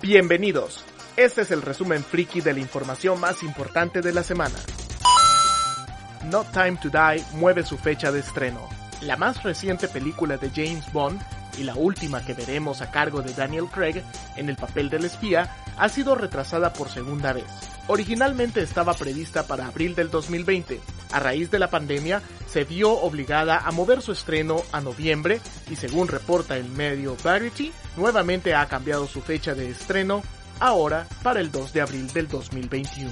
Bienvenidos, este es el resumen friki de la información más importante de la semana. No Time to Die mueve su fecha de estreno. La más reciente película de James Bond, y la última que veremos a cargo de Daniel Craig en el papel del espía, ha sido retrasada por segunda vez. Originalmente estaba prevista para abril del 2020. A raíz de la pandemia, se vio obligada a mover su estreno a noviembre y según reporta el medio Variety, nuevamente ha cambiado su fecha de estreno ahora para el 2 de abril del 2021.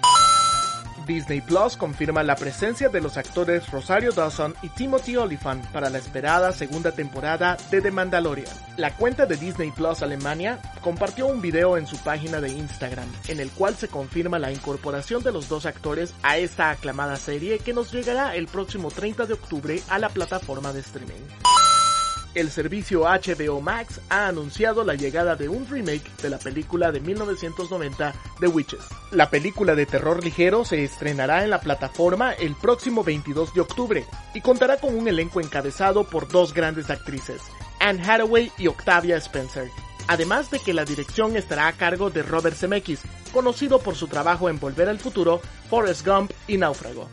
Disney Plus confirma la presencia de los actores Rosario Dawson y Timothy Olyphant para la esperada segunda temporada de The Mandalorian. La cuenta de Disney Plus Alemania compartió un video en su página de Instagram, en el cual se confirma la incorporación de los dos actores a esta aclamada serie que nos llegará el próximo 30 de octubre a la plataforma de streaming. El servicio HBO Max ha anunciado la llegada de un remake de la película de 1990 The Witches. La película de terror ligero se estrenará en la plataforma el próximo 22 de octubre y contará con un elenco encabezado por dos grandes actrices, Anne Hathaway y Octavia Spencer. Además de que la dirección estará a cargo de Robert Zemeckis, conocido por su trabajo en Volver al Futuro, Forrest Gump y Náufrago.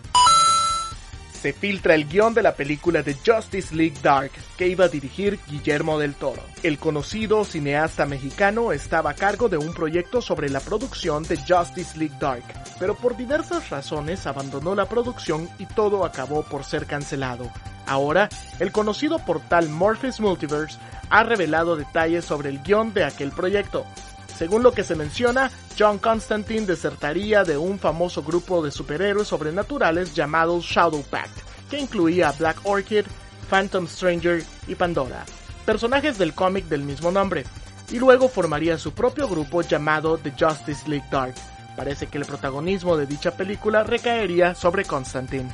Se filtra el guión de la película de Justice League Dark, que iba a dirigir Guillermo del Toro. El conocido cineasta mexicano estaba a cargo de un proyecto sobre la producción de Justice League Dark, pero por diversas razones abandonó la producción y todo acabó por ser cancelado. Ahora, el conocido portal Morpheus Multiverse ha revelado detalles sobre el guión de aquel proyecto. Según lo que se menciona, John Constantine desertaría de un famoso grupo de superhéroes sobrenaturales llamados Shadow Pact, que incluía a Black Orchid, Phantom Stranger y Pandora, personajes del cómic del mismo nombre, y luego formaría su propio grupo llamado The Justice League Dark. Parece que el protagonismo de dicha película recaería sobre Constantine.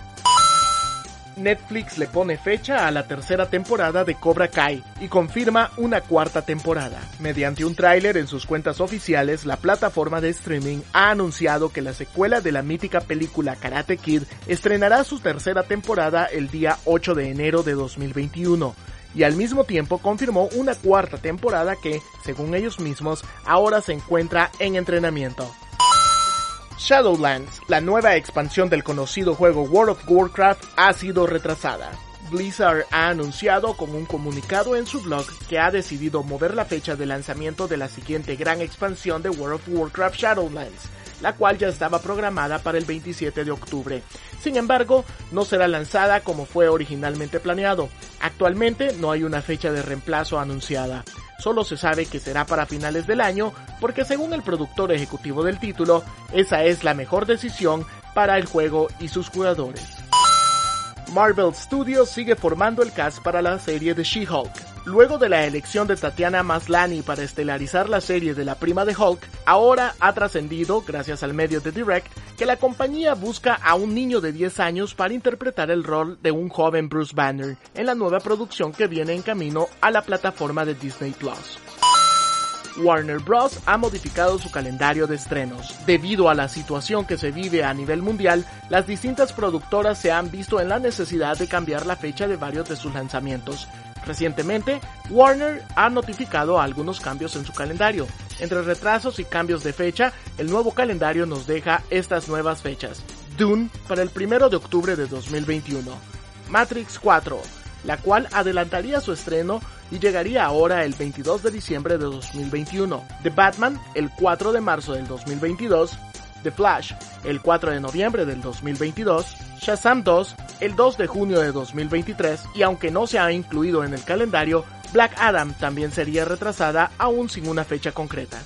Netflix le pone fecha a la tercera temporada de Cobra Kai y confirma una cuarta temporada. Mediante un tráiler en sus cuentas oficiales, la plataforma de streaming ha anunciado que la secuela de la mítica película Karate Kid estrenará su tercera temporada el día 8 de enero de 2021. Y al mismo tiempo confirmó una cuarta temporada que, según ellos mismos, ahora se encuentra en entrenamiento. Shadowlands, la nueva expansión del conocido juego World of Warcraft, ha sido retrasada. Blizzard ha anunciado con un comunicado en su blog que ha decidido mover la fecha de lanzamiento de la siguiente gran expansión de World of Warcraft Shadowlands, la cual ya estaba programada para el 27 de octubre. Sin embargo, no será lanzada como fue originalmente planeado. Actualmente no hay una fecha de reemplazo anunciada. Solo se sabe que será para finales del año porque según el productor ejecutivo del título, esa es la mejor decisión para el juego y sus jugadores. Marvel Studios sigue formando el cast para la serie de She-Hulk. Luego de la elección de Tatiana Maslany para estelarizar la serie de la prima de Hulk, ahora ha trascendido, gracias al medio de Direct, que la compañía busca a un niño de 10 años para interpretar el rol de un joven Bruce Banner en la nueva producción que viene en camino a la plataforma de Disney Plus. Warner Bros. Ha modificado su calendario de estrenos. Debido a la situación que se vive a nivel mundial, las distintas productoras se han visto en la necesidad de cambiar la fecha de varios de sus lanzamientos. Recientemente, Warner ha notificado algunos cambios en su calendario. Entre retrasos y cambios de fecha, el nuevo calendario nos deja estas nuevas fechas. Dune para el 1 de octubre de 2021. Matrix 4, la cual adelantaría su estreno y llegaría ahora el 22 de diciembre de 2021. The Batman, el 4 de marzo del 2022. The Flash, el 4 de noviembre del 2022. Shazam 2, el 2 de junio de 2023. Y aunque no se ha incluido en el calendario, Black Adam también sería retrasada aún sin una fecha concreta.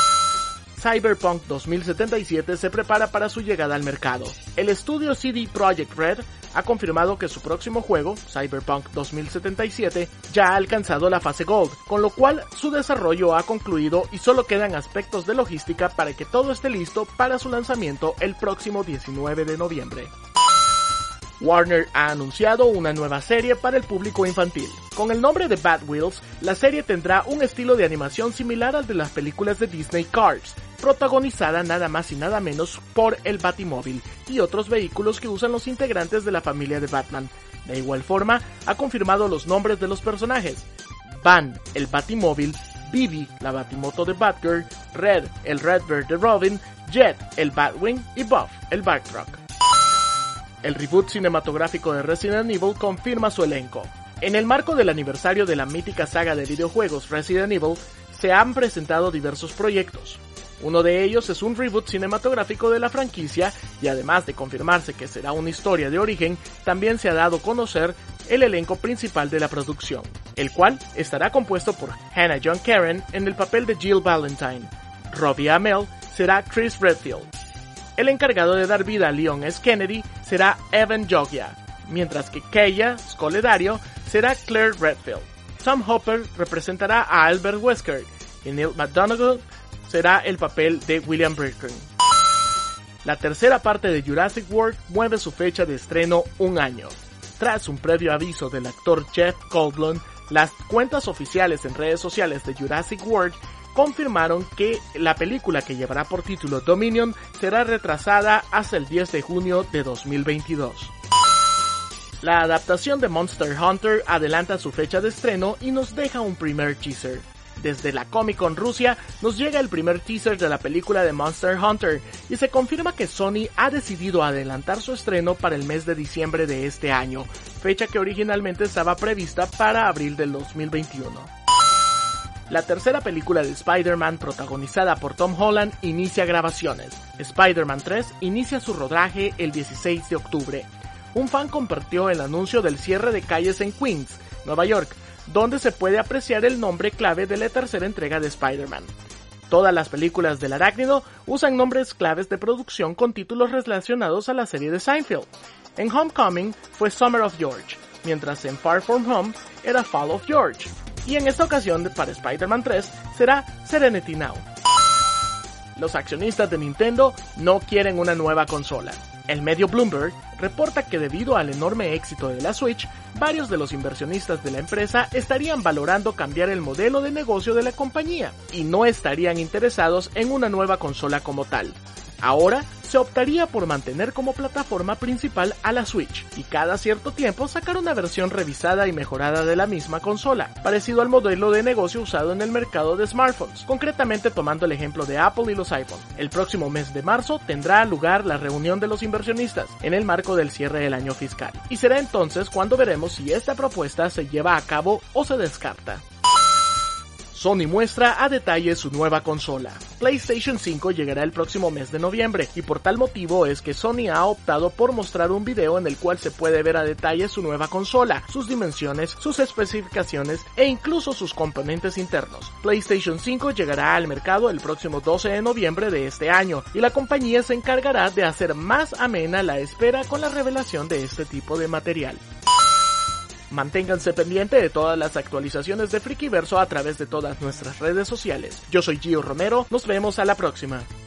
Cyberpunk 2077 se prepara para su llegada al mercado. El estudio CD Projekt Red ha confirmado que su próximo juego, Cyberpunk 2077, ya ha alcanzado la fase Gold, con lo cual su desarrollo ha concluido y solo quedan aspectos de logística para que todo esté listo para su lanzamiento el próximo 19 de noviembre. Warner ha anunciado una nueva serie para el público infantil. Con el nombre de Bad Wheels, la serie tendrá un estilo de animación similar al de las películas de Disney Cars, protagonizada nada más y nada menos por el Batimóvil y otros vehículos que usan los integrantes de la familia de Batman. De igual forma, ha confirmado los nombres de los personajes: Van, el Batimóvil, Bibi, la Batimoto de Batgirl, Red, el Redbird de Robin, Jet, el Batwing y Buff, el Bartrock. El reboot cinematográfico de Resident Evil confirma su elenco. En el marco del aniversario de la mítica saga de videojuegos Resident Evil, se han presentado diversos proyectos. Uno de ellos es un reboot cinematográfico de la franquicia y además de confirmarse que será una historia de origen, también se ha dado a conocer el elenco principal de la producción, el cual estará compuesto por Hannah John Karen en el papel de Jill Valentine. Robbie Amell será Chris Redfield. El encargado de dar vida a Leon S. Kennedy será Evan Jogia, mientras que Keia Scoledario será Claire Redfield. Tom Hopper representará a Albert Wesker y Neil McDonough será el papel de William Birkin. La tercera parte de Jurassic World mueve su fecha de estreno un año. Tras un previo aviso del actor Jeff Goldblum, las cuentas oficiales en redes sociales de Jurassic World confirmaron que la película, que llevará por título Dominion, será retrasada hasta el 10 de junio de 2022. La adaptación de Monster Hunter adelanta su fecha de estreno y nos deja un primer teaser. Desde la Comic Con Rusia nos llega el primer teaser de la película de Monster Hunter y se confirma que Sony ha decidido adelantar su estreno para el mes de diciembre de este año, fecha que originalmente estaba prevista para abril del 2021. La tercera película de Spider-Man, protagonizada por Tom Holland, inicia grabaciones. Spider-Man 3 inicia su rodaje el 16 de octubre. Un fan compartió el anuncio del cierre de calles en Queens, Nueva York, donde se puede apreciar el nombre clave de la tercera entrega de Spider-Man. Todas las películas del arácnido usan nombres claves de producción con títulos relacionados a la serie de Seinfeld. En Homecoming fue Summer of George, mientras en Far From Home era Fall of George, y en esta ocasión para Spider-Man 3 será Serenity Now. Los accionistas de Nintendo no quieren una nueva consola. El medio Bloomberg reporta que debido al enorme éxito de la Switch, varios de los inversionistas de la empresa estarían valorando cambiar el modelo de negocio de la compañía y no estarían interesados en una nueva consola como tal. Ahora se optaría por mantener como plataforma principal a la Switch y cada cierto tiempo sacar una versión revisada y mejorada de la misma consola, parecido al modelo de negocio usado en el mercado de smartphones, concretamente tomando el ejemplo de Apple y los iPhones. El próximo mes de marzo tendrá lugar la reunión de los inversionistas en el marco del cierre del año fiscal, y será entonces cuando veremos si esta propuesta se lleva a cabo o se descarta. Sony muestra a detalle su nueva consola. PlayStation 5 llegará el próximo mes de noviembre y por tal motivo es que Sony ha optado por mostrar un video en el cual se puede ver a detalle su nueva consola, sus dimensiones, sus especificaciones e incluso sus componentes internos. PlayStation 5 llegará al mercado el próximo 12 de noviembre de este año y la compañía se encargará de hacer más amena la espera con la revelación de este tipo de material. Manténganse pendiente de todas las actualizaciones de Frikiverso a través de todas nuestras redes sociales. Yo soy Gio Romero, nos vemos a la próxima.